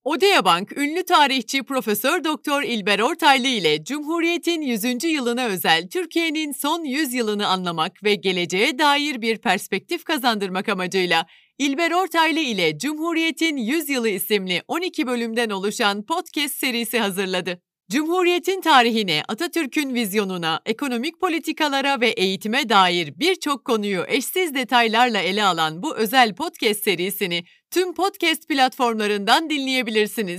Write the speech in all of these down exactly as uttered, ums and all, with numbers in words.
Odea Bank, ünlü tarihçi Profesör Doktor İlber Ortaylı ile Cumhuriyet'in yüzüncü yılına özel Türkiye'nin son yüz yılını anlamak ve geleceğe dair bir perspektif kazandırmak amacıyla İlber Ortaylı ile Cumhuriyet'in yüz yılı isimli on iki bölümden oluşan podcast serisi hazırladı. Cumhuriyet'in tarihine, Atatürk'ün vizyonuna, ekonomik politikalara ve eğitime dair birçok konuyu eşsiz detaylarla ele alan bu özel podcast serisini tüm podcast platformlarından dinleyebilirsiniz.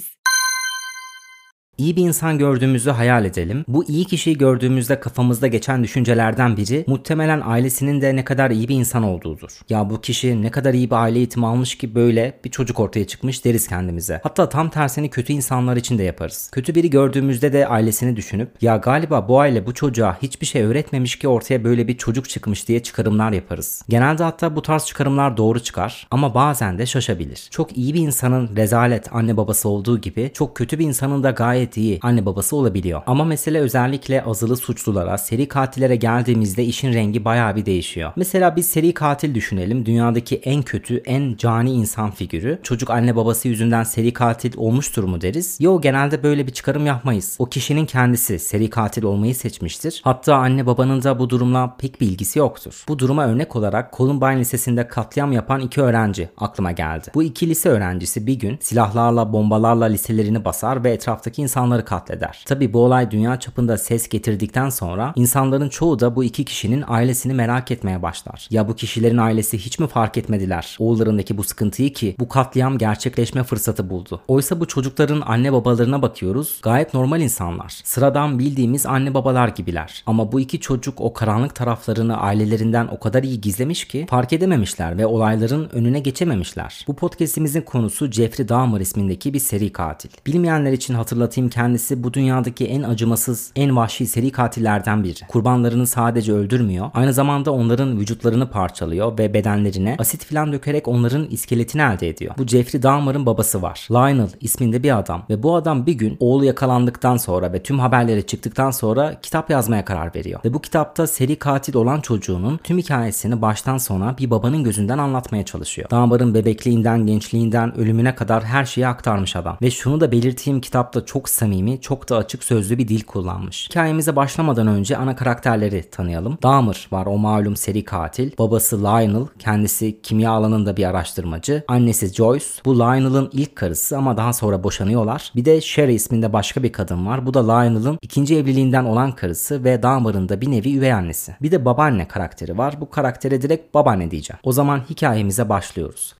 İyi bir insan gördüğümüzü hayal edelim. Bu iyi kişiyi gördüğümüzde kafamızda geçen düşüncelerden biri muhtemelen ailesinin de ne kadar iyi bir insan olduğudur. Ya bu kişi ne kadar iyi bir aile eğitimi almış ki böyle bir çocuk ortaya çıkmış deriz kendimize. Hatta tam tersini kötü insanlar için de yaparız. Kötü biri gördüğümüzde de ailesini düşünüp ya galiba bu aile bu çocuğa hiçbir şey öğretmemiş ki ortaya böyle bir çocuk çıkmış diye çıkarımlar yaparız. Genelde hatta bu tarz çıkarımlar doğru çıkar ama bazen de şaşabilir. Çok iyi bir insanın rezalet anne babası olduğu gibi çok kötü bir insanın da gayet iyi anne babası olabiliyor. Ama mesele özellikle azılı suçlulara, seri katillere geldiğimizde işin rengi bayağı bir değişiyor. Mesela bir seri katil düşünelim. Dünyadaki en kötü, en cani insan figürü. Çocuk anne babası yüzünden seri katil olmuştur mu deriz? Yo, genelde böyle bir çıkarım yapmayız. O kişinin kendisi seri katil olmayı seçmiştir. Hatta anne babanın da bu durumla pek bir ilgisi yoktur. Bu duruma örnek olarak Columbine Lisesi'nde katliam yapan iki öğrenci aklıma geldi. Bu iki lise öğrencisi bir gün silahlarla, bombalarla liselerini basar ve etraftaki insanları katleder. Tabi bu olay dünya çapında ses getirdikten sonra insanların çoğu da bu iki kişinin ailesini merak etmeye başlar. Ya bu kişilerin ailesi hiç mi fark etmediler oğullarındaki bu sıkıntıyı ki bu katliam gerçekleşme fırsatı buldu. Oysa bu çocukların anne babalarına bakıyoruz. Gayet normal insanlar. Sıradan bildiğimiz anne babalar gibiler. Ama bu iki çocuk o karanlık taraflarını ailelerinden o kadar iyi gizlemiş ki fark edememişler ve olayların önüne geçememişler. Bu podcastimizin konusu Jeffrey Dahmer ismindeki bir seri katil. Bilmeyenler için hatırlatayım, kendisi bu dünyadaki en acımasız, en vahşi seri katillerden biri. Kurbanlarını sadece öldürmüyor, aynı zamanda onların vücutlarını parçalıyor ve bedenlerine asit filan dökerek onların iskeletini elde ediyor. Bu Jeffrey Dahmer'ın babası var. Lionel isminde bir adam ve bu adam bir gün oğlu yakalandıktan sonra ve tüm haberlere çıktıktan sonra kitap yazmaya karar veriyor. Ve bu kitapta seri katil olan çocuğunun tüm hikayesini baştan sona bir babanın gözünden anlatmaya çalışıyor. Dahmer'ın bebekliğinden, gençliğinden, ölümüne kadar her şeyi aktarmış adam. Ve şunu da belirteyim, kitapta çok samimi, çok da açık sözlü bir dil kullanmış. Hikayemize başlamadan önce ana karakterleri tanıyalım. Dahmer var, o malum seri katil. Babası Lionel, kendisi kimya alanında bir araştırmacı. Annesi Joyce, bu Lionel'ın ilk karısı ama daha sonra boşanıyorlar. Bir de Sherry isminde başka bir kadın var. Bu da Lionel'ın ikinci evliliğinden olan karısı ve Dahmer'ın da bir nevi üvey annesi. Bir de babaanne karakteri var. Bu karaktere direkt babaanne diyeceğim. O zaman hikayemize başlıyoruz.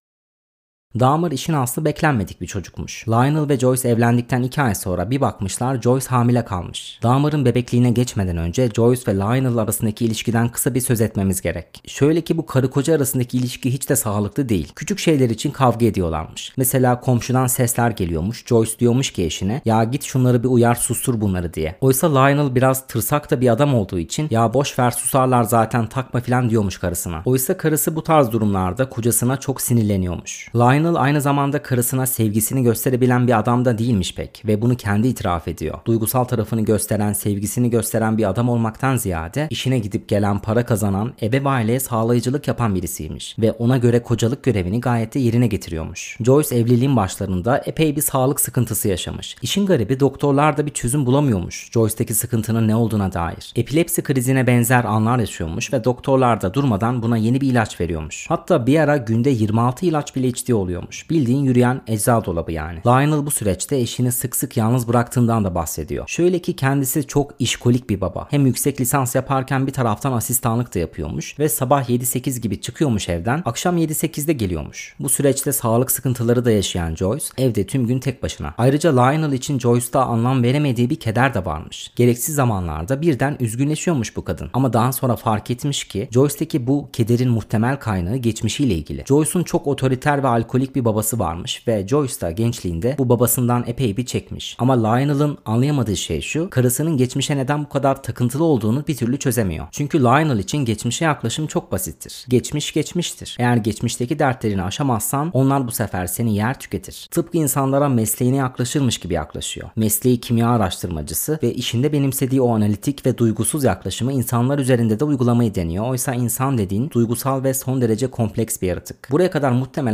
Dahmer işin aslı beklenmedik bir çocukmuş. Lionel ve Joyce evlendikten iki ay sonra bir bakmışlar Joyce hamile kalmış. Dahmer'ın bebekliğine geçmeden önce Joyce ve Lionel arasındaki ilişkiden kısa bir söz etmemiz gerek. Şöyle ki bu karı koca arasındaki ilişki hiç de sağlıklı değil. Küçük şeyler için kavga ediyorlarmış. Mesela komşudan sesler geliyormuş. Joyce diyormuş ki eşine, ya git şunları bir uyar, sustur bunları diye. Oysa Lionel biraz tırsak da bir adam olduğu için ya boş ver, susarlar zaten, takma filan diyormuş karısına. Oysa karısı bu tarz durumlarda kocasına çok sinirleniyormuş. Lionel aynı zamanda karısına sevgisini gösterebilen bir adam da değilmiş pek ve bunu kendi itiraf ediyor. Duygusal tarafını gösteren, sevgisini gösteren bir adam olmaktan ziyade işine gidip gelen, para kazanan, eve ve aileye sağlayıcılık yapan birisiymiş ve ona göre kocalık görevini gayet de yerine getiriyormuş. Joyce evliliğin başlarında epey bir sağlık sıkıntısı yaşamış. İşin garibi, doktorlar da bir çözüm bulamıyormuş Joyce'daki sıkıntının ne olduğuna dair. Epilepsi krizine benzer anlar yaşıyormuş ve doktorlar da durmadan buna yeni bir ilaç veriyormuş. Hatta bir ara günde yirmi altı ilaç bile içtiği oluyor. Bildiğin yürüyen ecza dolabı yani. Lionel bu süreçte eşini sık sık yalnız bıraktığından da bahsediyor. Şöyle ki kendisi çok işkolik bir baba. Hem yüksek lisans yaparken bir taraftan asistanlık da yapıyormuş ve sabah yedi sekiz gibi çıkıyormuş evden, akşam yedi sekizde geliyormuş. Bu süreçte sağlık sıkıntıları da yaşayan Joyce evde tüm gün tek başına. Ayrıca Lionel için Joyce'da anlam veremediği bir keder de varmış. Gereksiz zamanlarda birden üzgünleşiyormuş bu kadın. Ama daha sonra fark etmiş ki Joyce'daki bu kederin muhtemel kaynağı geçmişiyle ilgili. Joyce'un çok otoriter ve alkolik bir babası varmış ve Joyce da gençliğinde bu babasından epey bir çekmiş. Ama Lionel'ın anlayamadığı şey şu, karısının geçmişe neden bu kadar takıntılı olduğunu bir türlü çözemiyor. Çünkü Lionel için geçmişe yaklaşım çok basittir. Geçmiş geçmiştir. Eğer geçmişteki dertlerini aşamazsan onlar bu sefer seni yer tüketir. Tıpkı insanlara mesleğine yaklaşırmış gibi yaklaşıyor. Mesleği kimya araştırmacısı ve işinde benimsediği o analitik ve duygusuz yaklaşımı insanlar üzerinde de uygulamayı deniyor. Oysa insan dediğin duygusal ve son derece kompleks bir yaratık. Buraya kadar muhtemelen şunu anlamışsınızdır.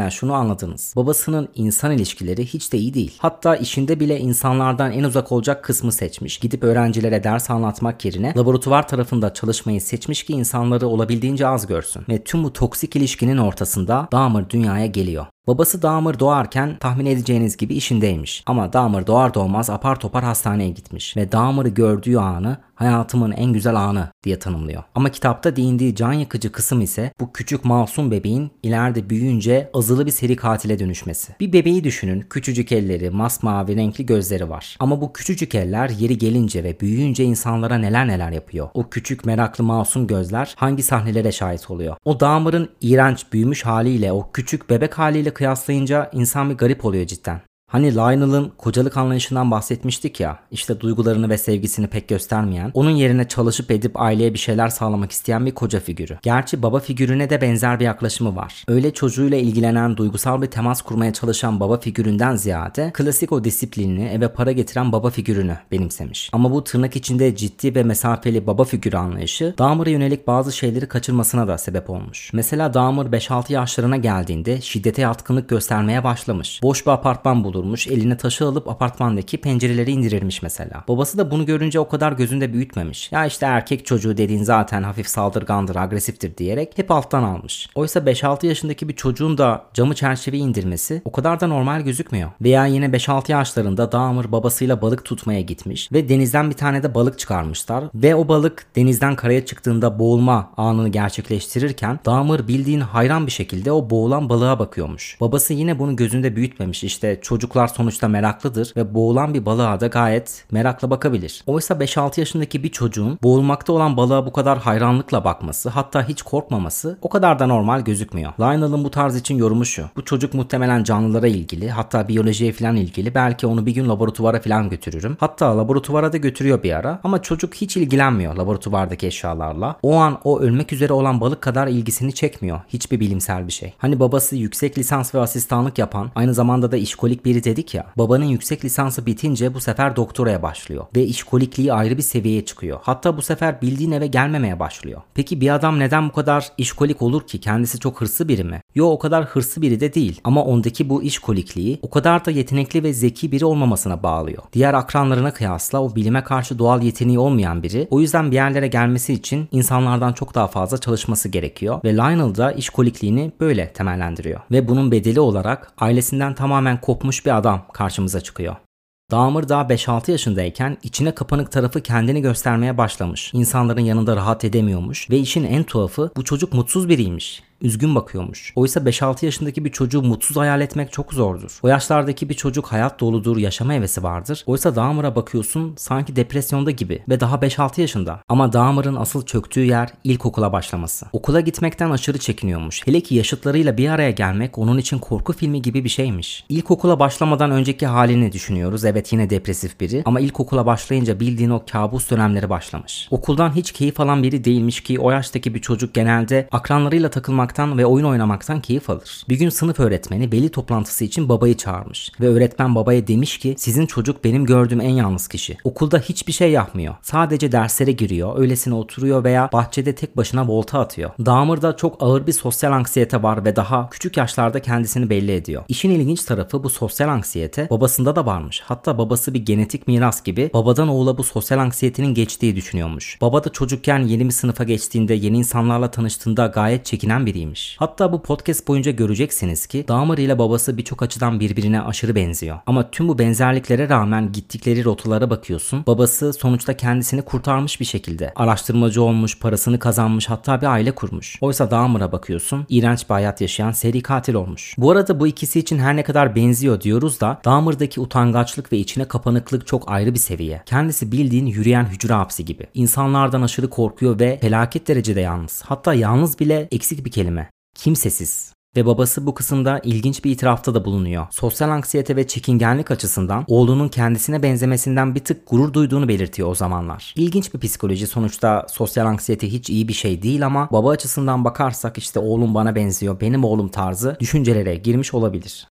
anladınız. Babasının insan ilişkileri hiç de iyi değil. Hatta işinde bile insanlardan en uzak olacak kısmı seçmiş. Gidip öğrencilere ders anlatmak yerine laboratuvar tarafında çalışmayı seçmiş ki insanları olabildiğince az görsün. Ve tüm bu toksik ilişkinin ortasında Dahmer dünyaya geliyor. Babası Dahmer doğarken tahmin edeceğiniz gibi işindeymiş. Ama Dahmer doğar doğmaz apar topar hastaneye gitmiş ve Dahmer'ı gördüğü anı hayatımın en güzel anı diye tanımlıyor. Ama kitapta değindiği can yakıcı kısım ise bu küçük masum bebeğin ileride büyüyünce azılı bir seri katile dönüşmesi. Bir bebeği düşünün, küçücük elleri, masmavi renkli gözleri var. Ama bu küçücük eller yeri gelince ve büyüyünce insanlara neler neler yapıyor. O küçük meraklı masum gözler hangi sahnelere şahit oluyor? O Dahmer'ın iğrenç büyümüş haliyle o küçük bebek haliyle kıyaslayınca insan bir garip oluyor cidden. Hani Lionel'ın kocalık anlayışından bahsetmiştik ya, işte duygularını ve sevgisini pek göstermeyen, onun yerine çalışıp edip aileye bir şeyler sağlamak isteyen bir koca figürü. Gerçi baba figürüne de benzer bir yaklaşımı var. Öyle çocuğuyla ilgilenen, duygusal bir temas kurmaya çalışan baba figüründen ziyade, klasik o disiplinli, eve para getiren baba figürünü benimsemiş. Ama bu tırnak içinde ciddi ve mesafeli baba figürü anlayışı, Dahmer'a yönelik bazı şeyleri kaçırmasına da sebep olmuş. Mesela Dahmer beş altı yaşlarına geldiğinde şiddete yatkınlık göstermeye başlamış. Boş bir apartman bulur, eline taşı alıp apartmandaki pencereleri indirirmiş mesela. Babası da bunu görünce o kadar gözünde büyütmemiş. Ya işte erkek çocuğu dediğin zaten hafif saldırgandır, agresiftir diyerek hep alttan almış. Oysa beş altı yaşındaki bir çocuğun da camı çerçeveyi indirmesi o kadar da normal gözükmüyor. Veya yine beş altı yaşlarında Dahmer babasıyla balık tutmaya gitmiş ve denizden bir tane de balık çıkarmışlar ve o balık denizden karaya çıktığında boğulma anını gerçekleştirirken Dahmer bildiğin hayran bir şekilde o boğulan balığa bakıyormuş. Babası yine bunu gözünde büyütmemiş. İşte çocuklar sonuçta meraklıdır ve boğulan bir balığa da gayet merakla bakabilir. Oysa beş altı yaşındaki bir çocuğun boğulmakta olan balığa bu kadar hayranlıkla bakması, hatta hiç korkmaması o kadar da normal gözükmüyor. Lionel'ın bu tarz için yorumu şu: bu çocuk muhtemelen canlılara ilgili, hatta biyolojiye falan ilgili, belki onu bir gün laboratuvara falan götürürüm. Hatta laboratuvara da götürüyor bir ara ama çocuk hiç ilgilenmiyor laboratuvardaki eşyalarla. O an o ölmek üzere olan balık kadar ilgisini çekmiyor hiçbir bilimsel bir şey. Hani babası yüksek lisans ve asistanlık yapan, aynı zamanda da işkolik biri dedik ya, babanın yüksek lisansı bitince bu sefer doktoraya başlıyor ve işkolikliği ayrı bir seviyeye çıkıyor. Hatta bu sefer bildiğin eve gelmemeye başlıyor. Peki bir adam neden bu kadar işkolik olur ki? Kendisi çok hırslı biri mi? Yo, o kadar hırslı biri de değil. Ama ondaki bu işkolikliği o kadar da yetenekli ve zeki biri olmamasına bağlıyor. Diğer akranlarına kıyasla o bilime karşı doğal yeteneği olmayan biri. O yüzden bir yerlere gelmesi için insanlardan çok daha fazla çalışması gerekiyor ve Lionel da işkolikliğini böyle temellendiriyor. Ve bunun bedeli olarak ailesinden tamamen kopmuş bir adam karşımıza çıkıyor. Dahmer daha beş altı yaşındayken içine kapanık tarafı kendini göstermeye başlamış. İnsanların yanında rahat edemiyormuş ve işin en tuhafı bu çocuk mutsuz biriymiş. Üzgün bakıyormuş. Oysa beş altı yaşındaki bir çocuğu mutsuz hayal etmek çok zordur. O yaşlardaki bir çocuk hayat doludur, yaşama hevesi vardır. Oysa Dahmer'a bakıyorsun sanki depresyonda gibi ve daha beş altı yaşında. Ama Dahmer'ın asıl çöktüğü yer ilkokula başlaması. Okula gitmekten aşırı çekiniyormuş. Hele ki yaşıtlarıyla bir araya gelmek onun için korku filmi gibi bir şeymiş. İlkokula başlamadan önceki halini düşünüyoruz. Evet, yine depresif biri ama ilkokula başlayınca bildiğin o kabus dönemleri başlamış. Okuldan hiç keyif alan biri değilmiş ki o yaştaki bir çocuk genelde akranlarıyla takılmak ve oyun oynamaktan keyif alır. Bir gün sınıf öğretmeni veli toplantısı için babayı çağırmış ve öğretmen babaya demiş ki sizin çocuk benim gördüğüm en yalnız kişi. Okulda hiçbir şey yapmıyor. Sadece derslere giriyor, öylesine oturuyor veya bahçede tek başına volta atıyor. Dahmer'da çok ağır bir sosyal anksiyete var ve daha küçük yaşlarda kendisini belli ediyor. İşin ilginç tarafı bu sosyal anksiyete babasında da varmış. Hatta babası bir genetik miras gibi babadan oğula bu sosyal anksiyetenin geçtiği düşünüyormuş. Baba da çocukken yeni bir sınıfa geçtiğinde, yeni insanlarla tanıştığında gayet çekinen biriymiş. Hatta bu podcast boyunca göreceksiniz ki Dahmer ile babası birçok açıdan birbirine aşırı benziyor. Ama tüm bu benzerliklere rağmen gittikleri rotalara bakıyorsun. Babası sonuçta kendisini kurtarmış bir şekilde. Araştırmacı olmuş, parasını kazanmış, hatta bir aile kurmuş. Oysa Dahmer'a bakıyorsun, iğrenç bir hayat yaşayan seri katil olmuş. Bu arada bu ikisi için her ne kadar benziyor diyoruz da Dahmer'daki utangaçlık ve içine kapanıklık çok ayrı bir seviye. Kendisi bildiğin yürüyen hücre hapsi gibi. İnsanlardan aşırı korkuyor ve felaket derecede yalnız. Hatta yalnız bile eksik bir kelime. Kimsesiz. Ve babası bu kısımda ilginç bir itirafta da bulunuyor. Sosyal anksiyete ve çekingenlik açısından oğlunun kendisine benzemesinden bir tık gurur duyduğunu belirtiyor o zamanlar. İlginç bir psikoloji. Sonuçta sosyal anksiyete hiç iyi bir şey değil ama baba açısından bakarsak işte oğlum bana benziyor, benim oğlum tarzı düşüncelere girmiş olabilir.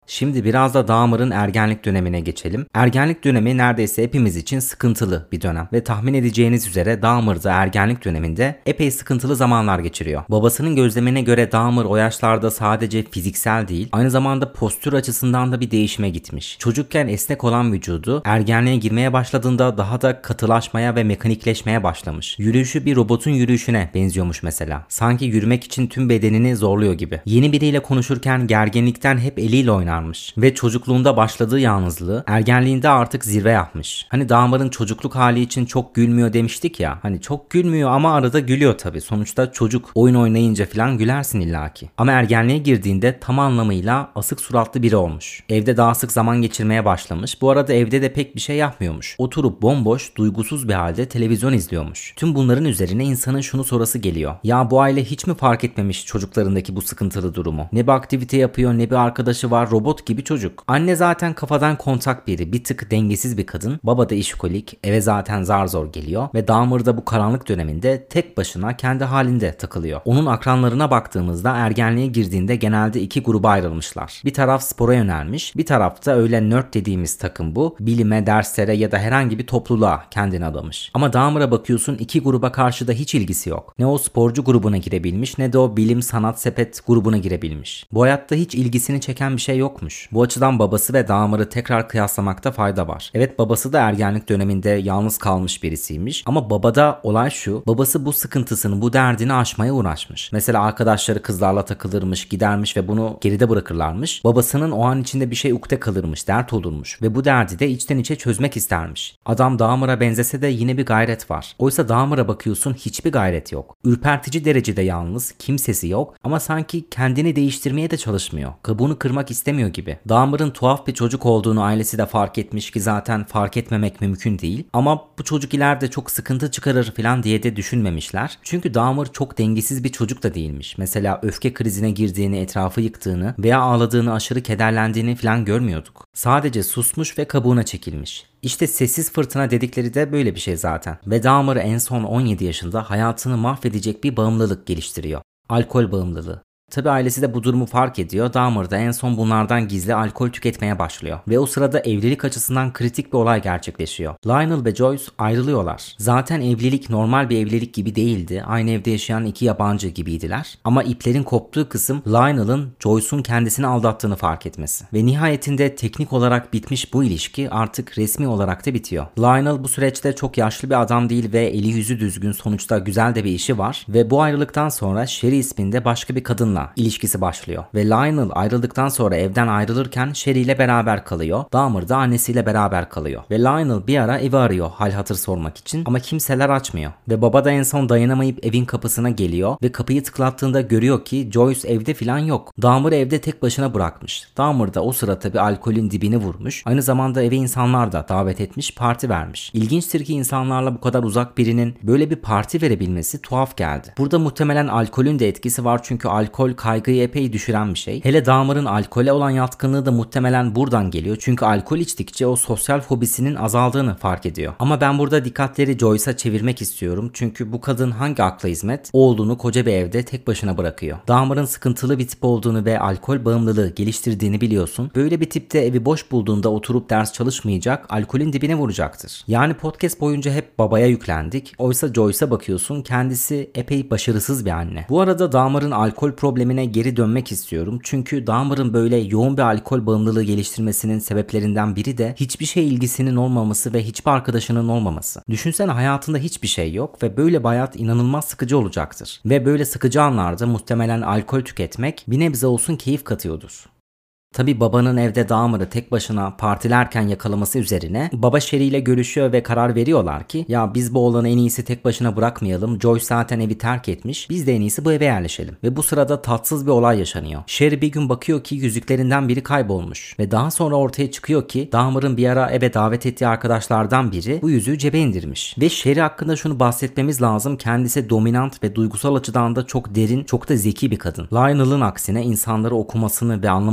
Şimdi biraz da Dahmer'ın ergenlik dönemine geçelim. Ergenlik dönemi neredeyse hepimiz için sıkıntılı bir dönem ve tahmin edeceğiniz üzere Dahmer da ergenlik döneminde epey sıkıntılı zamanlar geçiriyor. Babasının gözlemine göre Dahmer o yaşlarda sadece fiziksel değil, aynı zamanda postür açısından da bir değişime gitmiş. Çocukken esnek olan vücudu ergenliğe girmeye başladığında daha da katılaşmaya ve mekanikleşmeye başlamış. Yürüyüşü bir robotun yürüyüşüne benziyormuş mesela. Sanki yürümek için tüm bedenini zorluyor gibi. Yeni biriyle konuşurken gerginlikten hep eliyle oynar ve çocukluğunda başladığı yalnızlığı ergenliğinde artık zirve yapmış. Hani Dahmer'ın çocukluk hali için çok gülmüyor demiştik ya. Hani çok gülmüyor ama arada gülüyor tabii. Sonuçta çocuk oyun oynayınca falan gülersin illaki. Ama ergenliğe girdiğinde tam anlamıyla asık suratlı biri olmuş. Evde daha sık zaman geçirmeye başlamış. Bu arada evde de pek bir şey yapmıyormuş. Oturup bomboş, duygusuz bir halde televizyon izliyormuş. Tüm bunların üzerine insanın şunu sorası geliyor. Ya bu aile hiç mi fark etmemiş çocuklarındaki bu sıkıntılı durumu? Ne bir aktivite yapıyor, ne bir arkadaşı var, robot gibi çocuk. Anne zaten kafadan kontak biri, bir tık dengesiz bir kadın. Baba da işkolik, eve zaten zar zor geliyor ve Dahmer da bu karanlık döneminde tek başına kendi halinde takılıyor. Onun akranlarına baktığımızda ergenliğe girdiğinde genelde iki gruba ayrılmışlar. Bir taraf spora yönelmiş, bir tarafta öyle nerd dediğimiz takım bu. Bilime, derslere ya da herhangi bir topluluğa kendini adamış. Ama Dahmer'a bakıyorsun iki gruba karşı da hiç ilgisi yok. Ne o sporcu grubuna girebilmiş ne de o bilim sanat sepet grubuna girebilmiş. Bu hayatta hiç ilgisini çeken bir şey yok. Bu açıdan babası ve Dahmer'ı tekrar kıyaslamakta fayda var. Evet, babası da ergenlik döneminde yalnız kalmış birisiymiş ama babada olay şu: babası bu sıkıntısını, bu derdini aşmaya uğraşmış. Mesela arkadaşları kızlarla takılırmış, gidermiş ve bunu geride bırakırlarmış. Babasının o an içinde bir şey ukde kalırmış, dert olurmuş ve bu derdi de içten içe çözmek istermiş. Adam Dahmer'a benzese de yine bir gayret var. Oysa Dahmer'a bakıyorsun, hiçbir gayret yok. Ürpertici derecede yalnız, kimsesi yok ama sanki kendini değiştirmeye de çalışmıyor. Kabuğunu kırmak istemiyor gibi. Dahmer'ın tuhaf bir çocuk olduğunu ailesi de fark etmiş ki zaten fark etmemek mümkün değil. Ama bu çocuk ileride çok sıkıntı çıkarır falan diye de düşünmemişler. Çünkü Dahmer çok dengesiz bir çocuk da değilmiş. Mesela öfke krizine girdiğini, etrafı yıktığını veya ağladığını, aşırı kederlendiğini falan görmüyorduk. Sadece susmuş ve kabuğuna çekilmiş. İşte sessiz fırtına dedikleri de böyle bir şey zaten. Ve Dahmer en son on yedi yaşında hayatını mahvedecek bir bağımlılık geliştiriyor. Alkol bağımlılığı. Tabi ailesi de bu durumu fark ediyor. Dahmer da en son bunlardan gizli alkol tüketmeye başlıyor. Ve o sırada evlilik açısından kritik bir olay gerçekleşiyor. Lionel ve Joyce ayrılıyorlar. Zaten evlilik normal bir evlilik gibi değildi. Aynı evde yaşayan iki yabancı gibiydiler. Ama iplerin koptuğu kısım Lionel'ın Joyce'un kendisini aldattığını fark etmesi. Ve nihayetinde teknik olarak bitmiş bu ilişki artık resmi olarak da bitiyor. Lionel bu süreçte çok yaşlı bir adam değil ve eli yüzü düzgün, sonuçta güzel de bir işi var. Ve bu ayrılıktan sonra Sherry isminde başka bir kadınla ilişkisi başlıyor. Ve Lionel ayrıldıktan sonra evden ayrılırken Sherry ile beraber kalıyor. Dahmer da annesiyle beraber kalıyor. Ve Lionel bir ara evi arıyor hal hatır sormak için ama kimseler açmıyor. Ve baba da en son dayanamayıp evin kapısına geliyor ve kapıyı tıklattığında görüyor ki Joyce evde falan yok. Dahmer'ı evde tek başına bırakmış. Dahmer da o sıra tabi alkolün dibini vurmuş. Aynı zamanda eve insanlar da davet etmiş, parti vermiş. İlginçtir ki insanlarla bu kadar uzak birinin böyle bir parti verebilmesi tuhaf geldi. Burada muhtemelen alkolün de etkisi var çünkü alkol kaygıyı epey düşüren bir şey. Hele Dahmer'ın alkole olan yatkınlığı da muhtemelen buradan geliyor. Çünkü alkol içtikçe o sosyal fobisinin azaldığını fark ediyor. Ama ben burada dikkatleri Joyce'a çevirmek istiyorum. Çünkü bu kadın hangi akla hizmet oğlunu koca bir evde tek başına bırakıyor. Dahmer'ın sıkıntılı bir tip olduğunu ve alkol bağımlılığı geliştirdiğini biliyorsun. Böyle bir tipte evi boş bulduğunda oturup ders çalışmayacak, alkolün dibine vuracaktır. Yani podcast boyunca hep babaya yüklendik. Oysa Joyce'a bakıyorsun, kendisi epey başarısız bir anne. Bu arada Dahmer'ın alkol problemine geri dönmek istiyorum. Çünkü Dahmer'ın böyle yoğun bir alkol bağımlılığı geliştirmesinin sebeplerinden biri de hiçbir şey ilgisinin olmaması ve hiçbir arkadaşının olmaması. Düşünsene, hayatında hiçbir şey yok ve böyle bir hayat inanılmaz sıkıcı olacaktır. Ve böyle sıkıcı anlarda muhtemelen alkol tüketmek bir nebze olsun keyif katıyordur. Tabi babanın evde Dahmer'ı tek başına partilerken yakalaması üzerine baba Sherry ile görüşüyor ve karar veriyorlar ki ya biz bu oğlanı en iyisi tek başına bırakmayalım. Joyce zaten evi terk etmiş. Biz de en iyisi bu eve yerleşelim. Ve bu sırada tatsız bir olay yaşanıyor. Sherry bir gün bakıyor ki yüzüklerinden biri kaybolmuş. Ve daha sonra ortaya çıkıyor ki Dahmer'ın bir ara eve davet ettiği arkadaşlardan biri bu yüzüğü cebe indirmiş. Ve Sherry hakkında şunu bahsetmemiz lazım. Kendisi dominant ve duygusal açıdan da çok derin, çok da zeki bir kadın. Lionel'ın aksine insanları okumasını ve anlamasını bilen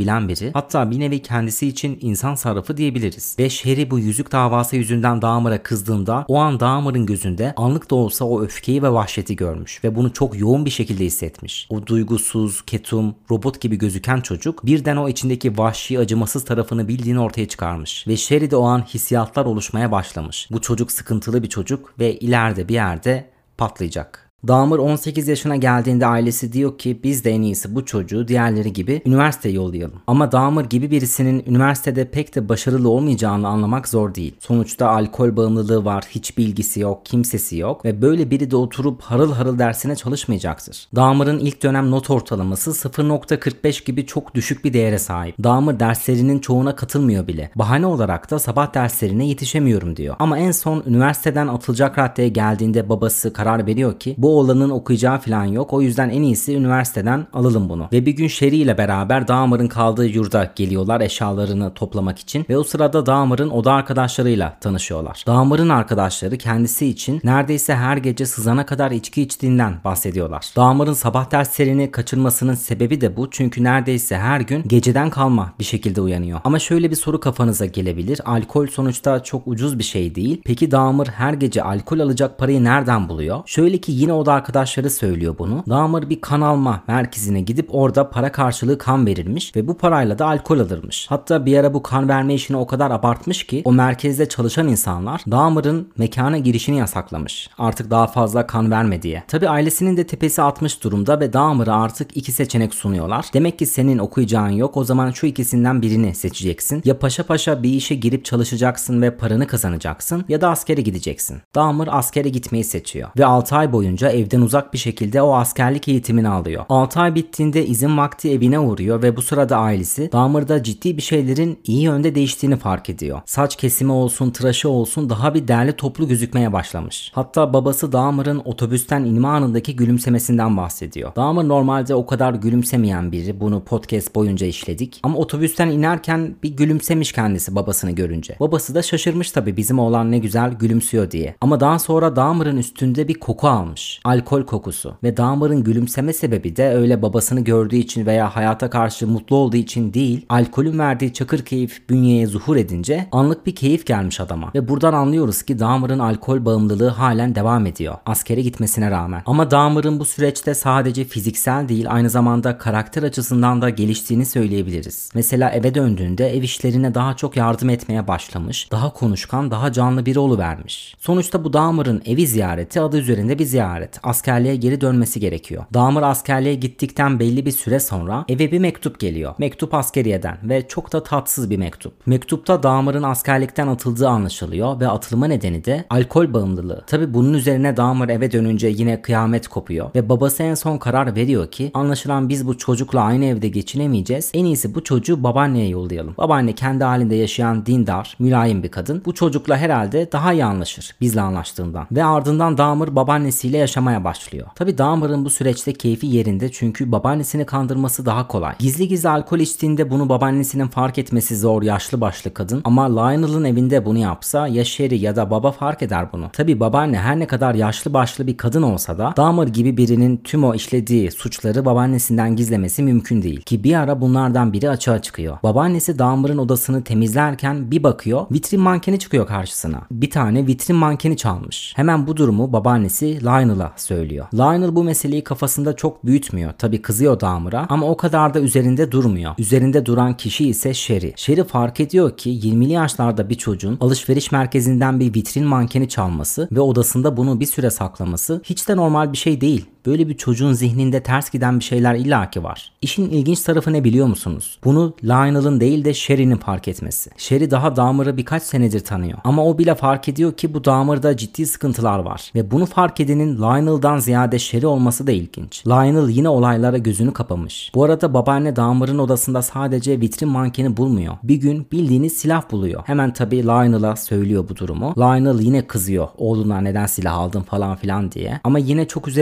bilen biri. Hatta bir nevi kendisi için insan sarrafı diyebiliriz. Ve Sherry bu yüzük davası yüzünden Dahmer'a kızdığında o an Dahmer'ın gözünde anlık da olsa o öfkeyi ve vahşeti görmüş ve bunu çok yoğun bir şekilde hissetmiş. O duygusuz, ketum, robot gibi gözüken çocuk birden o içindeki vahşi, acımasız tarafını bildiğini ortaya çıkarmış ve Sherry'de o an hissiyatlar oluşmaya başlamış. Bu çocuk sıkıntılı bir çocuk ve ileride bir yerde patlayacak. Dahmer on sekiz yaşına geldiğinde ailesi diyor ki biz de en iyisi bu çocuğu diğerleri gibi üniversiteye yollayalım. Ama Dahmer gibi birisinin üniversitede pek de başarılı olmayacağını anlamak zor değil. Sonuçta alkol bağımlılığı var, hiç bilgisi yok, kimsesi yok ve böyle biri de oturup harıl harıl dersine çalışmayacaktır. Dahmer'ın ilk dönem not ortalaması sıfır nokta kırk beş gibi çok düşük bir değere sahip. Dahmer derslerinin çoğuna katılmıyor bile. Bahane olarak da sabah derslerine yetişemiyorum diyor. Ama en son üniversiteden atılacak raddeye geldiğinde babası karar veriyor ki bu oğlanın okuyacağı falan yok. O yüzden en iyisi üniversiteden alalım bunu. Ve bir gün Sherry ile beraber Dahmer'ın kaldığı yurda geliyorlar eşyalarını toplamak için ve o sırada Dahmer'ın oda arkadaşlarıyla tanışıyorlar. Dahmer'ın arkadaşları kendisi için neredeyse her gece sızana kadar içki içtiğinden bahsediyorlar. Dahmer'ın sabah derslerini kaçırmasının sebebi de bu. Çünkü neredeyse her gün geceden kalma bir şekilde uyanıyor. Ama şöyle bir soru kafanıza gelebilir. Alkol sonuçta çok ucuz bir şey değil. Peki Dahmer her gece alkol alacak parayı nereden buluyor? Şöyle ki yine o da arkadaşları söylüyor bunu. Dahmer bir kan alma merkezine gidip orada para karşılığı kan verilmiş ve bu parayla da alkol alırmış. Hatta bir ara bu kan verme işini o kadar abartmış ki o merkezde çalışan insanlar Dahmer'ın mekana girişini yasaklamış. Artık daha fazla kan verme diye. Tabi ailesinin de tepesi atmış durumda ve Dahmer'a artık iki seçenek sunuyorlar. Demek ki senin okuyacağın yok, o zaman şu ikisinden birini seçeceksin. Ya paşa paşa bir işe girip çalışacaksın ve paranı kazanacaksın ya da askere gideceksin. Dahmer askere gitmeyi seçiyor ve altı ay boyunca evden uzak bir şekilde o askerlik eğitimini alıyor. altı ay bittiğinde izin vakti evine uğruyor ve bu sırada ailesi Dahmer'da ciddi bir şeylerin iyi yönde değiştiğini fark ediyor. Saç kesimi olsun, tıraşı olsun daha bir derli toplu gözükmeye başlamış. Hatta babası Dahmer'ın otobüsten inme anındaki gülümsemesinden bahsediyor. Dahmer normalde o kadar gülümsemeyen biri. Bunu podcast boyunca işledik. Ama otobüsten inerken bir gülümsemiş kendisi babasını görünce. Babası da şaşırmış tabii bizim oğlan ne güzel gülümsüyor diye. Ama daha sonra Dahmer'ın üstünde bir koku almış. Alkol kokusu. Ve Dahmer'ın gülümseme sebebi de öyle babasını gördüğü için veya hayata karşı mutlu olduğu için değil, alkolün verdiği çakır keyif bünyeye zuhur edince anlık bir keyif gelmiş adama. Ve buradan anlıyoruz ki Dahmer'ın alkol bağımlılığı halen devam ediyor. Askere gitmesine rağmen. Ama Dahmer'ın bu süreçte sadece fiziksel değil, aynı zamanda karakter açısından da geliştiğini söyleyebiliriz. Mesela eve döndüğünde ev işlerine daha çok yardım etmeye başlamış. Daha konuşkan, daha canlı biri oluvermiş. Sonuçta bu Dahmer'ın evi ziyareti adı üzerinde bir ziyaret. Askerliğe geri dönmesi gerekiyor. Dahmer askerliğe gittikten belli bir süre sonra eve bir mektup geliyor. Mektup askeriyeden ve çok da tatsız bir mektup. Mektupta Dahmer'ın askerlikten atıldığı anlaşılıyor ve atılma nedeni de alkol bağımlılığı. Tabi bunun üzerine Dahmer eve dönünce yine kıyamet kopuyor ve babası en son karar veriyor ki anlaşılan biz bu çocukla aynı evde geçinemeyeceğiz. En iyisi bu çocuğu babaanneye yollayalım. Babaanne kendi halinde yaşayan dindar, mülayim bir kadın. Bu çocukla herhalde daha iyi anlaşır bizle anlaştığından. Ve ardından Dahmer babaannesiyle yaşamaya başlıyor. Tabi Dahmer'ın bu süreçte keyfi yerinde çünkü babaannesini kandırması daha kolay. Gizli gizli alkol içtiğinde bunu babaannesinin fark etmesi zor, yaşlı başlı kadın. Ama Lionel'ın evinde bunu yapsa ya Sherry ya da baba fark eder bunu. Tabi babaanne her ne kadar yaşlı başlı bir kadın olsa da Dahmer gibi birinin tüm o işlediği suçları babaannesinden gizlemesi mümkün değil. Ki bir ara bunlardan biri açığa çıkıyor. Babaannesi Dahmer'ın odasını temizlerken bir bakıyor vitrin mankeni çıkıyor karşısına. Bir tane vitrin mankeni çalmış. Hemen bu durumu babaannesi Lionel'a söylüyor. Lionel bu meseleyi kafasında çok büyütmüyor. Tabi kızıyor Dahmer'a ama o kadar da üzerinde durmuyor. Üzerinde duran kişi ise Sherry. Sherry fark ediyor ki yirmili yaşlarda bir çocuğun alışveriş merkezinden bir vitrin mankeni çalması ve odasında bunu bir süre saklaması hiç de normal bir şey değil. Böyle bir çocuğun zihninde ters giden bir şeyler illaki var. İşin ilginç tarafı ne biliyor musunuz? Bunu Lionel'ın değil de Sherry'nin fark etmesi. Sherry daha Dahmer'ı birkaç senedir tanıyor. Ama o bile fark ediyor ki bu Dahmer'da ciddi sıkıntılar var. Ve bunu fark edenin Lionel'dan ziyade Sherry olması da ilginç. Lionel yine olaylara gözünü kapamış. Bu arada babaanne Dahmer'ın odasında sadece vitrin mankeni bulmuyor. Bir gün bildiğiniz silah buluyor. Hemen tabii Lionel'a söylüyor bu durumu. Lionel yine kızıyor. Oğluna neden silah aldın falan filan diye. Ama yine çok üzerinde durmuyor.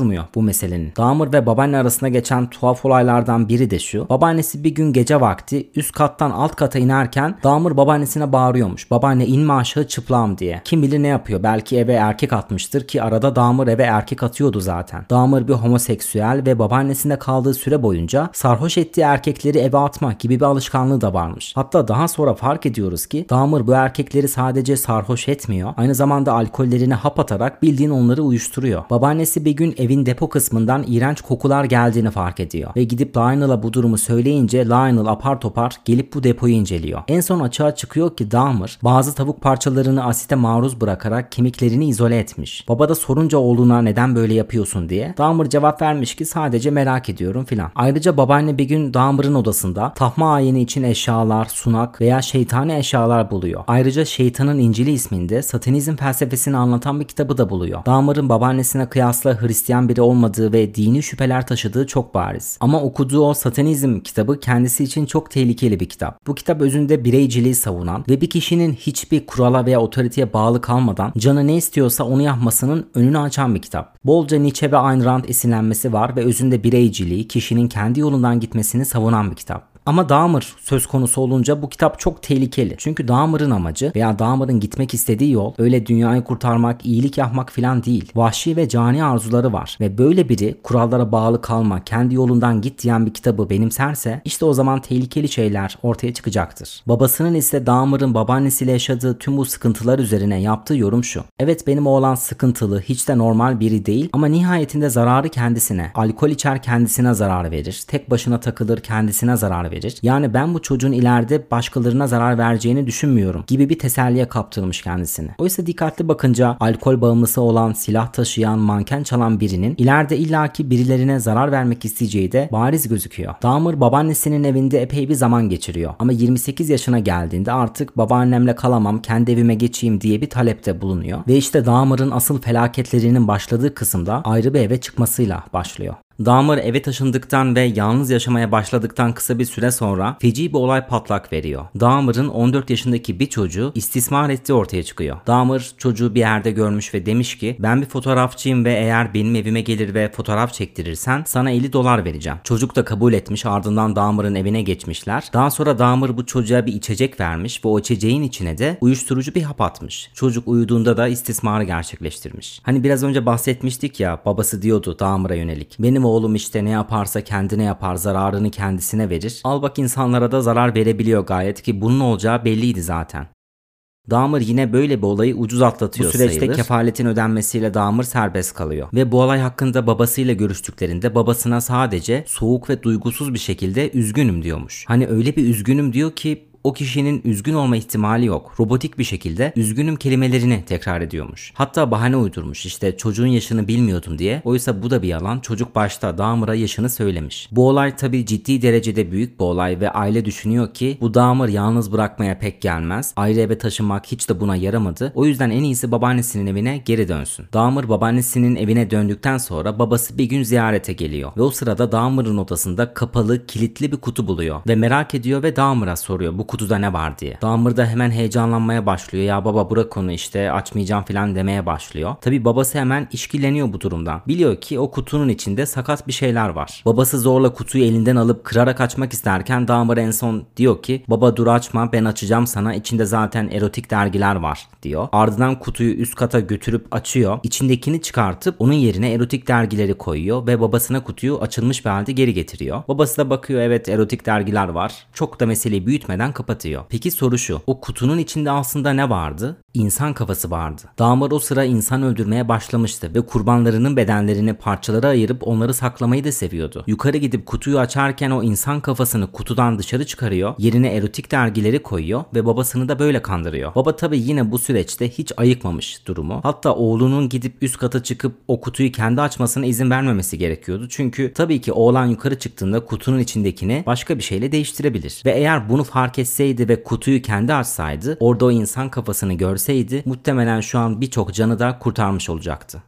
anlatılmıyor bu meselenin. Dahmer ve babaanne arasında geçen tuhaf olaylardan biri de şu. Babaannesi bir gün gece vakti üst kattan alt kata inerken Dahmer babaannesine bağırıyormuş. Babaanne inme aşağı çıplağım diye. Kim bilir ne yapıyor? Belki eve erkek atmıştır ki arada Dahmer eve erkek atıyordu zaten. Dahmer bir homoseksüel ve babaannesinde kaldığı süre boyunca sarhoş ettiği erkekleri eve atmak gibi bir alışkanlığı da varmış. Hatta daha sonra fark ediyoruz ki Dahmer bu erkekleri sadece sarhoş etmiyor, aynı zamanda alkollerine hap atarak bildiğin onları uyuşturuyor. Babaannesi bir gün evin depo kısmından iğrenç kokular geldiğini fark ediyor ve gidip Lionel'a bu durumu söyleyince Lionel apar topar gelip bu depoyu inceliyor. En son açığa çıkıyor ki Dahmer bazı tavuk parçalarını asite maruz bırakarak kemiklerini izole etmiş. Baba da sorunca oğluna neden böyle yapıyorsun diye Dahmer cevap vermiş ki sadece merak ediyorum filan. Ayrıca babaanne bir gün Dahmer'ın odasında tahma ayini için eşyalar, sunak veya şeytani eşyalar buluyor. Ayrıca Şeytanın İncili isminde Satanizm felsefesini anlatan bir kitabı da buluyor. Dahmer'ın babaannesine kıyasla Hristiyan biri olmadığı ve dini şüpheler taşıdığı çok bariz. Ama okuduğu o Satanizm kitabı kendisi için çok tehlikeli bir kitap. Bu kitap özünde bireyciliği savunan ve bir kişinin hiçbir kurala veya otoriteye bağlı kalmadan canı ne istiyorsa onu yapmasının önünü açan bir kitap. Bolca Nietzsche ve Ayn Rand esinlenmesi var ve özünde bireyciliği, kişinin kendi yolundan gitmesini savunan bir kitap. Ama Dahmer söz konusu olunca bu kitap çok tehlikeli. Çünkü Dahmer'ın amacı veya Dahmer'ın gitmek istediği yol öyle dünyayı kurtarmak, iyilik yapmak falan değil. Vahşi ve cani arzuları var. Ve böyle biri kurallara bağlı kalma, kendi yolundan git diyen bir kitabı benimserse işte o zaman tehlikeli şeyler ortaya çıkacaktır. Babasının ise Dahmer'ın babaannesiyle yaşadığı tüm bu sıkıntılar üzerine yaptığı yorum şu. Evet, benim oğlan sıkıntılı, hiç de normal biri değil ama nihayetinde zararı kendisine. Alkol içer, kendisine zarar verir. Tek başına takılır, kendisine zarar verir. Yani ben bu çocuğun ileride başkalarına zarar vereceğini düşünmüyorum gibi bir teselliye kaptırmış kendisini. Oysa dikkatli bakınca alkol bağımlısı olan, silah taşıyan, manken çalan birinin ileride illaki birilerine zarar vermek isteyeceği de bariz gözüküyor. Dahmer babaannesinin evinde epey bir zaman geçiriyor. Ama yirmi sekiz yaşına geldiğinde artık babaannemle kalamam, kendi evime geçeyim diye bir talepte bulunuyor. Ve işte Dahmer'ın asıl felaketlerinin başladığı kısımda ayrı bir eve çıkmasıyla başlıyor. Dahmer eve taşındıktan ve yalnız yaşamaya başladıktan kısa bir süre sonra feci bir olay patlak veriyor. Dahmer'ın on dört yaşındaki bir çocuğu istismar ettiği ortaya çıkıyor. Dahmer çocuğu bir yerde görmüş ve demiş ki ben bir fotoğrafçıyım ve eğer benim evime gelir ve fotoğraf çektirirsen sana elli dolar vereceğim. Çocuk da kabul etmiş, ardından Dahmer'ın evine geçmişler. Daha sonra Dahmer bu çocuğa bir içecek vermiş ve o içeceğin içine de uyuşturucu bir hap atmış. Çocuk uyuduğunda da istismarı gerçekleştirmiş. Hani biraz önce bahsetmiştik ya, babası diyordu Dahmer'a yönelik. Benim oğlum işte ne yaparsa kendine yapar, zararını kendisine verir. Al bak, insanlara da zarar verebiliyor gayet ki bunun olacağı belliydi zaten. Dahmer yine böyle bir olayı ucuz atlatıyor sayılır. Bu süreçte sayılır. Kefaletin ödenmesiyle Dahmer serbest kalıyor. Ve bu olay hakkında babasıyla görüştüklerinde babasına sadece soğuk ve duygusuz bir şekilde üzgünüm diyormuş. Hani öyle bir üzgünüm diyor ki o kişinin üzgün olma ihtimali yok. Robotik bir şekilde üzgünüm kelimelerini tekrar ediyormuş. Hatta bahane uydurmuş, işte çocuğun yaşını bilmiyordum diye. Oysa bu da bir yalan. Çocuk başta Dahmer'a yaşını söylemiş. Bu olay tabii ciddi derecede büyük bir olay ve aile düşünüyor ki bu Dahmer yalnız bırakmaya pek gelmez. Ayrı eve taşınmak hiç de buna yaramadı. O yüzden en iyisi babaannesinin evine geri dönsün. Dahmer babaannesinin evine döndükten sonra babası bir gün ziyarete geliyor. Ve o sırada Dahmer'ın odasında kapalı, kilitli bir kutu buluyor. Ve merak ediyor ve Dahmer'a soruyor bu kutuda ne var diye. Dahmer da hemen heyecanlanmaya başlıyor. Ya baba bırak onu, işte açmayacağım falan demeye başlıyor. Tabi babası hemen işkilleniyor bu durumdan. Biliyor ki o kutunun içinde sakat bir şeyler var. Babası zorla kutuyu elinden alıp kırarak açmak isterken Dahmer en son diyor ki baba dur açma, ben açacağım sana, içinde zaten erotik dergiler var diyor. Ardından kutuyu üst kata götürüp açıyor. İçindekini çıkartıp onun yerine erotik dergileri koyuyor ve babasına kutuyu açılmış bir halde geri getiriyor. Babası da bakıyor, evet erotik dergiler var. Çok da meseleyi büyütmeden kapatıyor. Peki soru şu. O kutunun içinde aslında ne vardı? İnsan kafası vardı. Dahmer o sıra insan öldürmeye başlamıştı ve kurbanlarının bedenlerini parçalara ayırıp onları saklamayı da seviyordu. Yukarı gidip kutuyu açarken o insan kafasını kutudan dışarı çıkarıyor, yerine erotik dergileri koyuyor ve babasını da böyle kandırıyor. Baba tabii yine bu süreçte hiç ayıkmamış durumu. Hatta oğlunun gidip üst kata çıkıp o kutuyu kendi açmasına izin vermemesi gerekiyordu. Çünkü tabii ki oğlan yukarı çıktığında kutunun içindekini başka bir şeyle değiştirebilir. Ve eğer bunu fark etseydi ve kutuyu kendi açsaydı, orada o insan kafasını görseydi muhtemelen şu an birçok canı da kurtarmış olacaktı.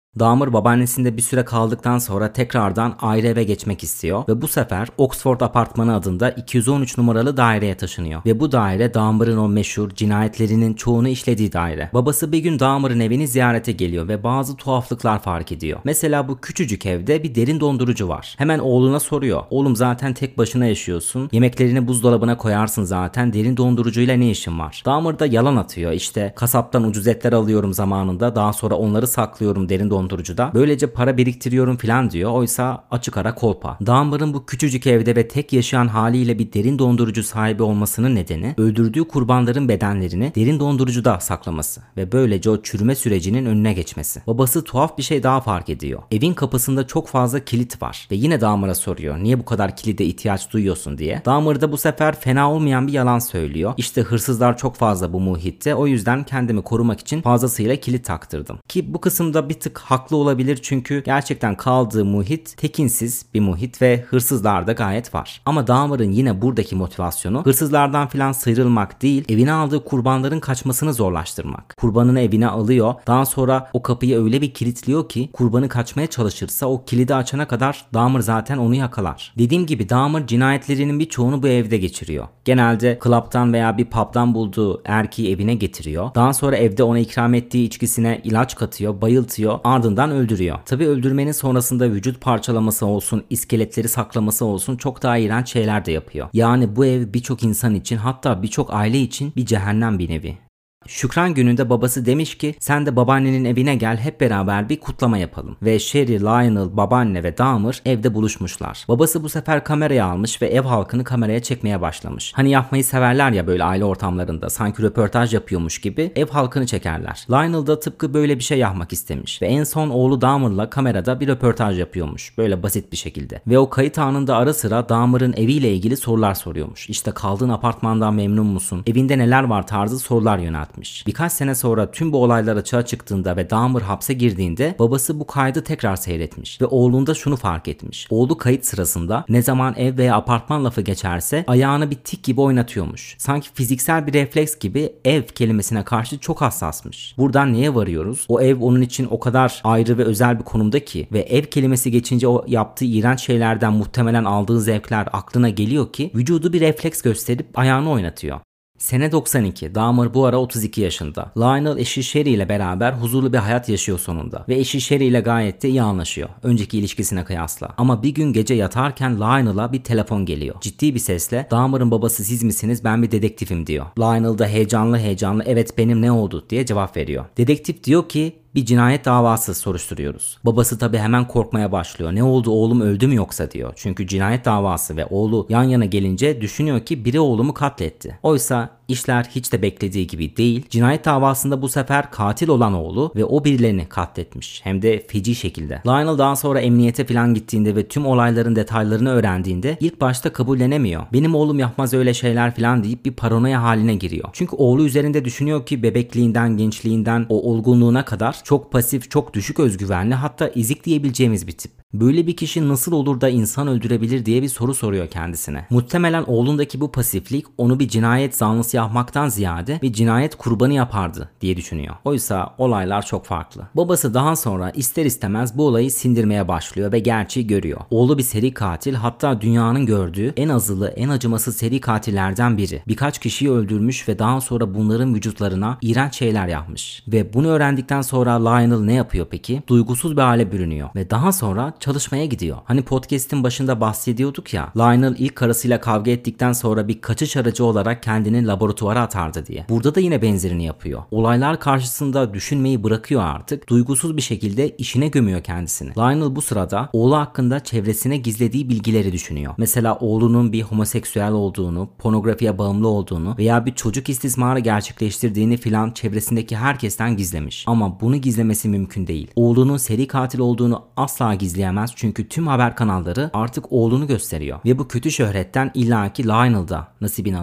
Dahmer babaannesinde bir süre kaldıktan sonra tekrardan ayrı eve geçmek istiyor ve bu sefer Oxford Apartmanı adında iki yüz on üç numaralı daireye taşınıyor. Ve bu daire Dahmer'ın o meşhur cinayetlerinin çoğunu işlediği daire. Babası bir gün Dahmer'ın evini ziyarete geliyor ve bazı tuhaflıklar fark ediyor. Mesela bu küçücük evde bir derin dondurucu var. Hemen oğluna soruyor. Oğlum zaten tek başına yaşıyorsun. Yemeklerini buzdolabına koyarsın zaten. Derin dondurucuyla ne işin var? Dahmer da yalan atıyor. İşte kasaptan ucuz etler alıyorum zamanında. Daha sonra onları saklıyorum derin dondurucuda. dondurucuda. Böylece para biriktiriyorum filan diyor. Oysa açık ara kolpa. Dahmer'ın bu küçücük evde ve tek yaşayan haliyle bir derin dondurucu sahibi olmasının nedeni öldürdüğü kurbanların bedenlerini derin dondurucuda saklaması ve böylece o çürüme sürecinin önüne geçmesi. Babası tuhaf bir şey daha fark ediyor. Evin kapısında çok fazla kilit var ve yine Dahmer'a soruyor. Niye bu kadar kilide ihtiyaç duyuyorsun diye. Dahmer da bu sefer fena olmayan bir yalan söylüyor. İşte hırsızlar çok fazla bu muhitte. O yüzden kendimi korumak için fazlasıyla kilit taktırdım. Ki bu kısımda bir tık haklı olabilir çünkü gerçekten kaldığı muhit tekinsiz bir muhit ve hırsızlar da gayet var. Ama Dahmer'ın yine buradaki motivasyonu hırsızlardan filan sıyrılmak değil, evine aldığı kurbanların kaçmasını zorlaştırmak. Kurbanını evine alıyor, daha sonra o kapıyı öyle bir kilitliyor ki kurbanı kaçmaya çalışırsa o kilidi açana kadar Dahmer zaten onu yakalar. Dediğim gibi Dahmer cinayetlerinin birçoğunu bu evde geçiriyor. Genelde klaptan veya bir pub'dan bulduğu erkeği evine getiriyor. Daha sonra evde ona ikram ettiği içkisine ilaç katıyor, bayıltıyor, ardından öldürüyor. Tabi öldürmenin sonrasında vücut parçalaması olsun, iskeletleri saklaması olsun çok daha iğrenç şeyler de yapıyor. Yani bu ev birçok insan için, hatta birçok aile için bir cehennem bir nevi. Şükran gününde babası demiş ki sen de babaannenin evine gel, hep beraber bir kutlama yapalım. Ve Sherry, Lionel, babaanne ve Dahmer evde buluşmuşlar. Babası bu sefer kamerayı almış ve ev halkını kameraya çekmeye başlamış. Hani yapmayı severler ya böyle aile ortamlarında, sanki röportaj yapıyormuş gibi ev halkını çekerler. Lionel da tıpkı böyle bir şey yapmak istemiş ve en son oğlu Dahmer'la kamerada bir röportaj yapıyormuş. Böyle basit bir şekilde. Ve o kayıt anında ara sıra Dahmer'ın eviyle ilgili sorular soruyormuş. İşte kaldığın apartmandan memnun musun? Evinde neler var tarzı sorular yöneltmiş. Birkaç sene sonra tüm bu olaylar açığa çıktığında ve Dahmer hapse girdiğinde babası bu kaydı tekrar seyretmiş ve oğlunda şunu fark etmiş. Oğlu kayıt sırasında ne zaman ev veya apartman lafı geçerse ayağını bir tik gibi oynatıyormuş. Sanki fiziksel bir refleks gibi ev kelimesine karşı çok hassasmış. Buradan neye varıyoruz? O ev onun için o kadar ayrı ve özel bir konumda ki ve ev kelimesi geçince o yaptığı iğrenç şeylerden muhtemelen aldığı zevkler aklına geliyor ki vücudu bir refleks gösterip ayağını oynatıyor. Sene doksan iki. Dahmer bu ara otuz iki yaşında. Lionel eşi Sherry ile beraber huzurlu bir hayat yaşıyor sonunda. Ve eşi Sherry ile gayet de iyi anlaşıyor. Önceki ilişkisine kıyasla. Ama bir gün gece yatarken Lionel'a bir telefon geliyor. Ciddi bir sesle Dahmer'ın babası siz misiniz, ben bir dedektifim diyor. Lionel da heyecanlı heyecanlı evet benim ne oldu diye cevap veriyor. Dedektif diyor ki bir cinayet davası soruşturuyoruz. Babası tabi hemen korkmaya başlıyor. Ne oldu, oğlum öldü mü yoksa diyor. Çünkü cinayet davası ve oğlu yan yana gelince düşünüyor ki biri oğlumu katletti. Oysa işler hiç de beklediği gibi değil. Cinayet davasında bu sefer katil olan oğlu ve o birilerini katletmiş. Hem de feci şekilde. Lionel daha sonra emniyete falan gittiğinde ve tüm olayların detaylarını öğrendiğinde ilk başta kabullenemiyor. Benim oğlum yapmaz öyle şeyler falan deyip bir paranoya haline giriyor. Çünkü oğlu üzerinde düşünüyor ki bebekliğinden, gençliğinden o olgunluğuna kadar çok pasif, çok düşük özgüvenli, hatta ezik diyebileceğimiz bir tip. Böyle bir kişi nasıl olur da insan öldürebilir diye bir soru soruyor kendisine. Muhtemelen oğlundaki bu pasiflik onu bir cinayet zanlısı yapmaktan ziyade bir cinayet kurbanı yapardı diye düşünüyor. Oysa olaylar çok farklı. Babası daha sonra ister istemez bu olayı sindirmeye başlıyor ve gerçeği görüyor. Oğlu bir seri katil, hatta dünyanın gördüğü en azılı, en acımasız seri katillerden biri. Birkaç kişiyi öldürmüş ve daha sonra bunların vücutlarına iğrenç şeyler yapmış. Ve bunu öğrendikten sonra Lionel ne yapıyor peki? Duygusuz bir hale bürünüyor ve daha sonra çalışmaya gidiyor. Hani podcast'in başında bahsediyorduk ya, Lionel ilk karısıyla kavga ettikten sonra bir kaçış aracı olarak kendini laboratuvara atardı diye. Burada da yine benzerini yapıyor. Olaylar karşısında düşünmeyi bırakıyor artık. Duygusuz bir şekilde işine gömüyor kendisini. Lionel bu sırada oğlu hakkında çevresine gizlediği bilgileri düşünüyor. Mesela oğlunun bir homoseksüel olduğunu, pornografiye bağımlı olduğunu veya bir çocuk istismarı gerçekleştirdiğini filan çevresindeki herkesten gizlemiş. Ama bunu gizlemesi mümkün değil. Oğlunun seri katil olduğunu asla gizleyemez. Çünkü tüm haber kanalları artık oğlunu gösteriyor. Ve bu kötü şöhretten illaki Lionel da nasibini alacak.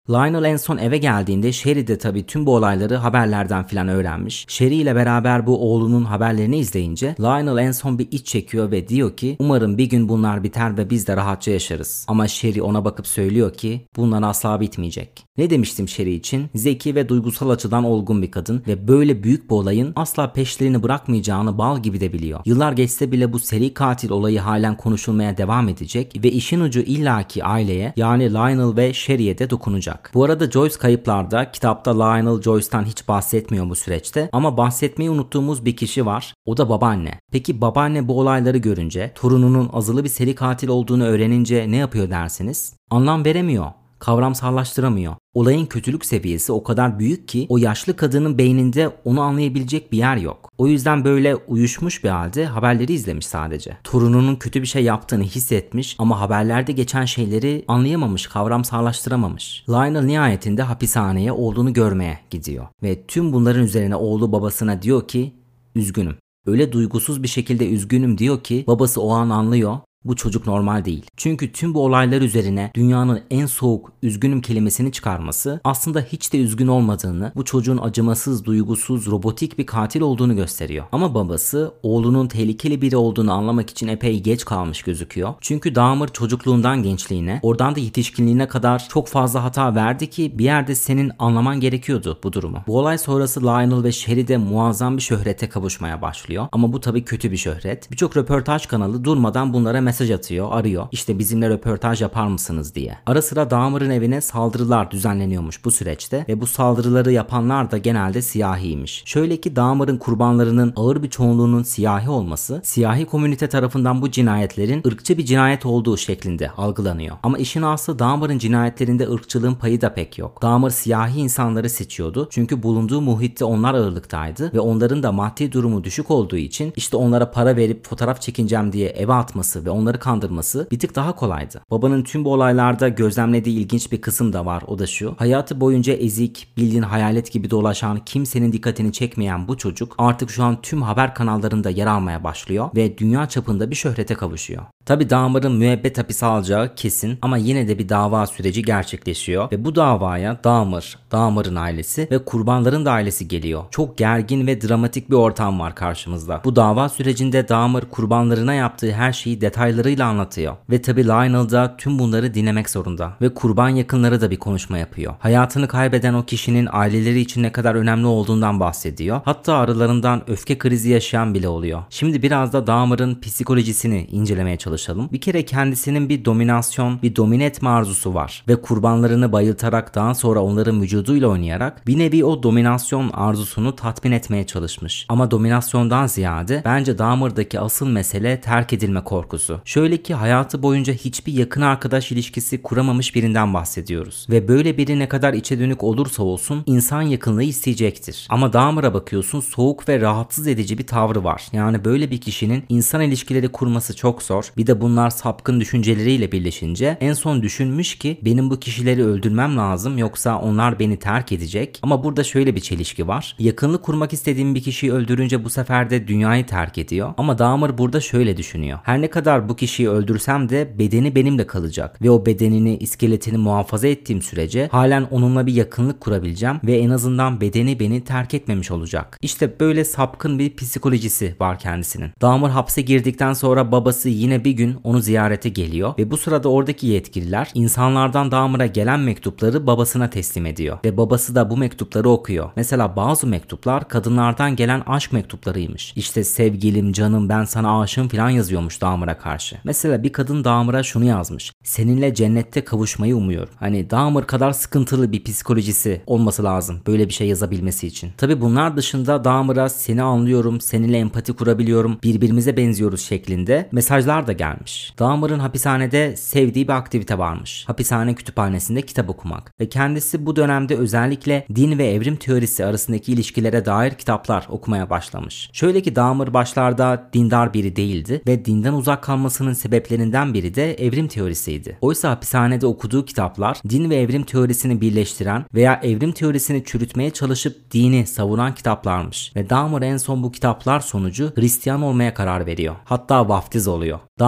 Lionel en son eve geldiğinde Sherry de tabii tüm bu olayları haberlerden filan öğrenmiş. Sherry ile beraber bu oğlunun haberlerini izleyince Lionel en son bir iç çekiyor ve diyor ki umarım bir gün bunlar biter ve biz de rahatça yaşarız. Ama Sherry ona bakıp söylüyor ki bunlar asla bitmeyecek. Ne demiştim Sherry için? Zeki ve duygusal açıdan olgun bir kadın ve böyle büyük bir olayın asla peşlerini bırakmayacağını bal gibi de biliyor. Yıllar geçse bile bu seri katil olayı halen konuşulmaya devam edecek ve işin ucu illaki aileye yani Lionel ve Sherry'e de dokunacak. Bu arada Joyce kayıplarda kitapta Lionel Joyce'tan hiç bahsetmiyor bu süreçte ama bahsetmeyi unuttuğumuz bir kişi var. O da babaanne. Peki babaanne bu olayları görünce, torununun azılı bir seri katil olduğunu öğrenince ne yapıyor dersiniz? Anlam veremiyor. Kavramsallaştıramıyor. Olayın kötülük seviyesi o kadar büyük ki o yaşlı kadının beyninde onu anlayabilecek bir yer yok. O yüzden böyle uyuşmuş bir halde haberleri izlemiş sadece. Torununun kötü bir şey yaptığını hissetmiş ama haberlerde geçen şeyleri anlayamamış, kavramsallaştıramamış. Lionel nihayetinde hapishaneye oğlunu görmeye gidiyor. Ve tüm bunların üzerine oğlu babasına diyor ki üzgünüm. Öyle duygusuz bir şekilde üzgünüm diyor ki babası o an anlıyor. Bu çocuk normal değil. Çünkü tüm bu olaylar üzerine dünyanın en soğuk üzgünüm kelimesini çıkarması aslında hiç de üzgün olmadığını, bu çocuğun acımasız, duygusuz, robotik bir katil olduğunu gösteriyor. Ama babası oğlunun tehlikeli biri olduğunu anlamak için epey geç kalmış gözüküyor. Çünkü Dahmer çocukluğundan gençliğine, oradan da yetişkinliğine kadar çok fazla hata verdi ki bir yerde senin anlaman gerekiyordu bu durumu. Bu olay sonrası Lionel ve Sherry de muazzam bir şöhrete kavuşmaya başlıyor. Ama bu tabii kötü bir şöhret. Birçok röportaj kanalı durmadan bunlara mesaj atıyor, arıyor. İşte bizimle röportaj yapar mısınız diye. Ara sıra Dahmer'ın evine saldırılar düzenleniyormuş bu süreçte ve bu saldırıları yapanlar da genelde siyahiymiş. Şöyle ki Dahmer'ın kurbanlarının ağır bir çoğunluğunun siyahi olması, siyahi komünite tarafından bu cinayetlerin ırkçı bir cinayet olduğu şeklinde algılanıyor. Ama işin aslı Dahmer'ın cinayetlerinde ırkçılığın payı da pek yok. Dahmer siyahi insanları seçiyordu çünkü bulunduğu muhitte onlar ağırlıktaydı ve onların da maddi durumu düşük olduğu için işte onlara para verip fotoğraf çekineceğim diye eve atması ve onları kandırması bir tık daha kolaydı. Babanın tüm bu olaylarda gözlemlediği ilginç bir kısım da var, o da şu. Hayatı boyunca ezik, bildiğin hayalet gibi dolaşan, kimsenin dikkatini çekmeyen bu çocuk artık şu an tüm haber kanallarında yer almaya başlıyor ve dünya çapında bir şöhrete kavuşuyor. Tabi Dahmer'ın müebbet hapis alacağı kesin ama yine de bir dava süreci gerçekleşiyor ve bu davaya Dahmer, Dahmer'ın ailesi ve kurbanların da ailesi geliyor. Çok gergin ve dramatik bir ortam var karşımızda. Bu dava sürecinde Dahmer kurbanlarına yaptığı her şeyi detaylarıyla anlatıyor ve tabi Lionel da tüm bunları dinlemek zorunda ve kurban yakınları da bir konuşma yapıyor. Hayatını kaybeden o kişinin aileleri için ne kadar önemli olduğundan bahsediyor. Hatta aralarından öfke krizi yaşayan bile oluyor. Şimdi biraz da Dahmer'ın psikolojisini incelemeye çalışalım. Bir kere kendisinin bir dominasyon, bir domine etme arzusu var ve kurbanlarını bayıltarak daha sonra onların vücuduyla oynayarak bir nevi o dominasyon arzusunu tatmin etmeye çalışmış. Ama dominasyondan ziyade bence Dahmer'daki asıl mesele terk edilme korkusu. Şöyle ki hayatı boyunca hiçbir yakın arkadaş ilişkisi kuramamış birinden bahsediyoruz. Ve böyle biri ne kadar içe dönük olursa olsun insan yakınlığı isteyecektir. Ama Dahmer'a bakıyorsun, soğuk ve rahatsız edici bir tavrı var. Yani böyle bir kişinin insan ilişkileri kurması çok zor. Bir de bunlar sapkın düşünceleriyle birleşince en son düşünmüş ki benim bu kişileri öldürmem lazım yoksa onlar beni terk edecek. Ama burada şöyle bir çelişki var. Yakınlık kurmak istediğim bir kişiyi öldürünce bu sefer de dünyayı terk ediyor. Ama Dahmer burada şöyle düşünüyor. Her ne kadar bu kişiyi öldürsem de bedeni benimle kalacak ve o bedenini, iskeletini muhafaza ettiğim sürece halen onunla bir yakınlık kurabileceğim ve en azından bedeni beni terk etmemiş olacak. İşte böyle sapkın bir psikolojisi var kendisinin. Dahmer hapse girdikten sonra babası yine bir gün onu ziyarete geliyor ve bu sırada oradaki yetkililer insanlardan Dahmer'a gelen mektupları babasına teslim ediyor ve babası da bu mektupları okuyor. Mesela bazı mektuplar kadınlardan gelen aşk mektuplarıymış. İşte sevgilim, canım, ben sana aşığım falan yazıyormuş Dahmer'a karşı. Mesela bir kadın Dahmer'a şunu yazmış. Seninle cennette kavuşmayı umuyorum. Hani Dahmer kadar sıkıntılı bir psikolojisi olması lazım böyle bir şey yazabilmesi için. Tabi bunlar dışında Dahmer'a seni anlıyorum, seninle empati kurabiliyorum, birbirimize benziyoruz şeklinde mesajlar da gelmiş. Dahmer'ın hapishanede sevdiği bir aktivite varmış. Hapishane kütüphanesinde kitap okumak. Ve kendisi bu dönemde özellikle din ve evrim teorisi arasındaki ilişkilere dair kitaplar okumaya başlamış. Şöyle ki Dahmer başlarda dindar biri değildi ve dinden uzak kalmasının sebeplerinden biri de evrim teorisiydi. Oysa hapishanede okuduğu kitaplar din ve evrim teorisini birleştiren veya evrim teorisini çürütmeye çalışıp dini savunan kitaplarmış. Ve Dahmer en son bu kitaplar sonucu Hristiyan olmaya karar veriyor. Hatta vaftiz oluyor. Dahmer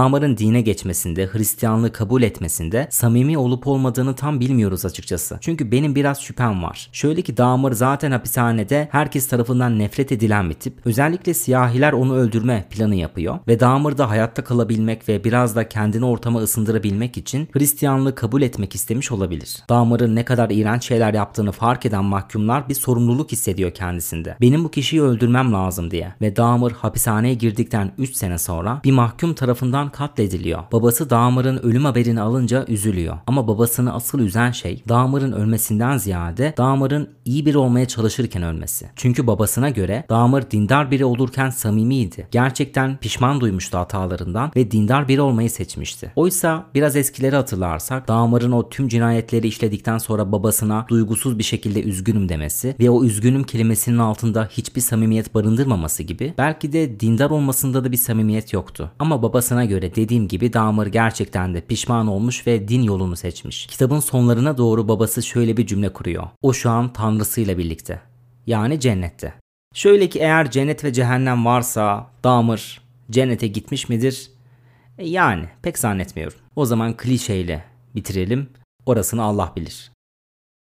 Dahmer'ın dine geçmesinde, Hristiyanlığı kabul etmesinde samimi olup olmadığını tam bilmiyoruz açıkçası. Çünkü benim biraz şüphem var. Şöyle ki Dahmer zaten hapishanede herkes tarafından nefret edilen bir tip. Özellikle siyahiler onu öldürme planı yapıyor ve Dahmer da hayatta kalabilmek ve biraz da kendini ortama ısındırabilmek için Hristiyanlığı kabul etmek istemiş olabilir. Dahmer'ın ne kadar iğrenç şeyler yaptığını fark eden mahkumlar bir sorumluluk hissediyor kendisinde. Benim bu kişiyi öldürmem lazım diye. Ve Dahmer hapishaneye girdikten üç sene sonra bir mahkum tarafından katlediliyor. Babası Dahmer'ın ölüm haberini alınca üzülüyor. Ama babasını asıl üzen şey Dahmer'ın ölmesinden ziyade Dahmer'ın iyi biri olmaya çalışırken ölmesi. Çünkü babasına göre Dahmer dindar biri olurken samimiydi. Gerçekten pişman duymuştu hatalarından ve dindar biri olmayı seçmişti. Oysa biraz eskileri hatırlarsak Dahmer'ın o tüm cinayetleri işledikten sonra babasına duygusuz bir şekilde üzgünüm demesi ve o üzgünüm kelimesinin altında hiçbir samimiyet barındırmaması gibi belki de dindar olmasında da bir samimiyet yoktu. Ama babasına göre dediğim gibi Dahmer gerçekten de pişman olmuş ve din yolunu seçmiş. Kitabın sonlarına doğru babası şöyle bir cümle kuruyor. O şu an Tanrısıyla birlikte. Yani cennette. Şöyle ki eğer cennet ve cehennem varsa Dahmer cennete gitmiş midir? E yani pek zannetmiyorum. O zaman klişeyle bitirelim. Orasını Allah bilir.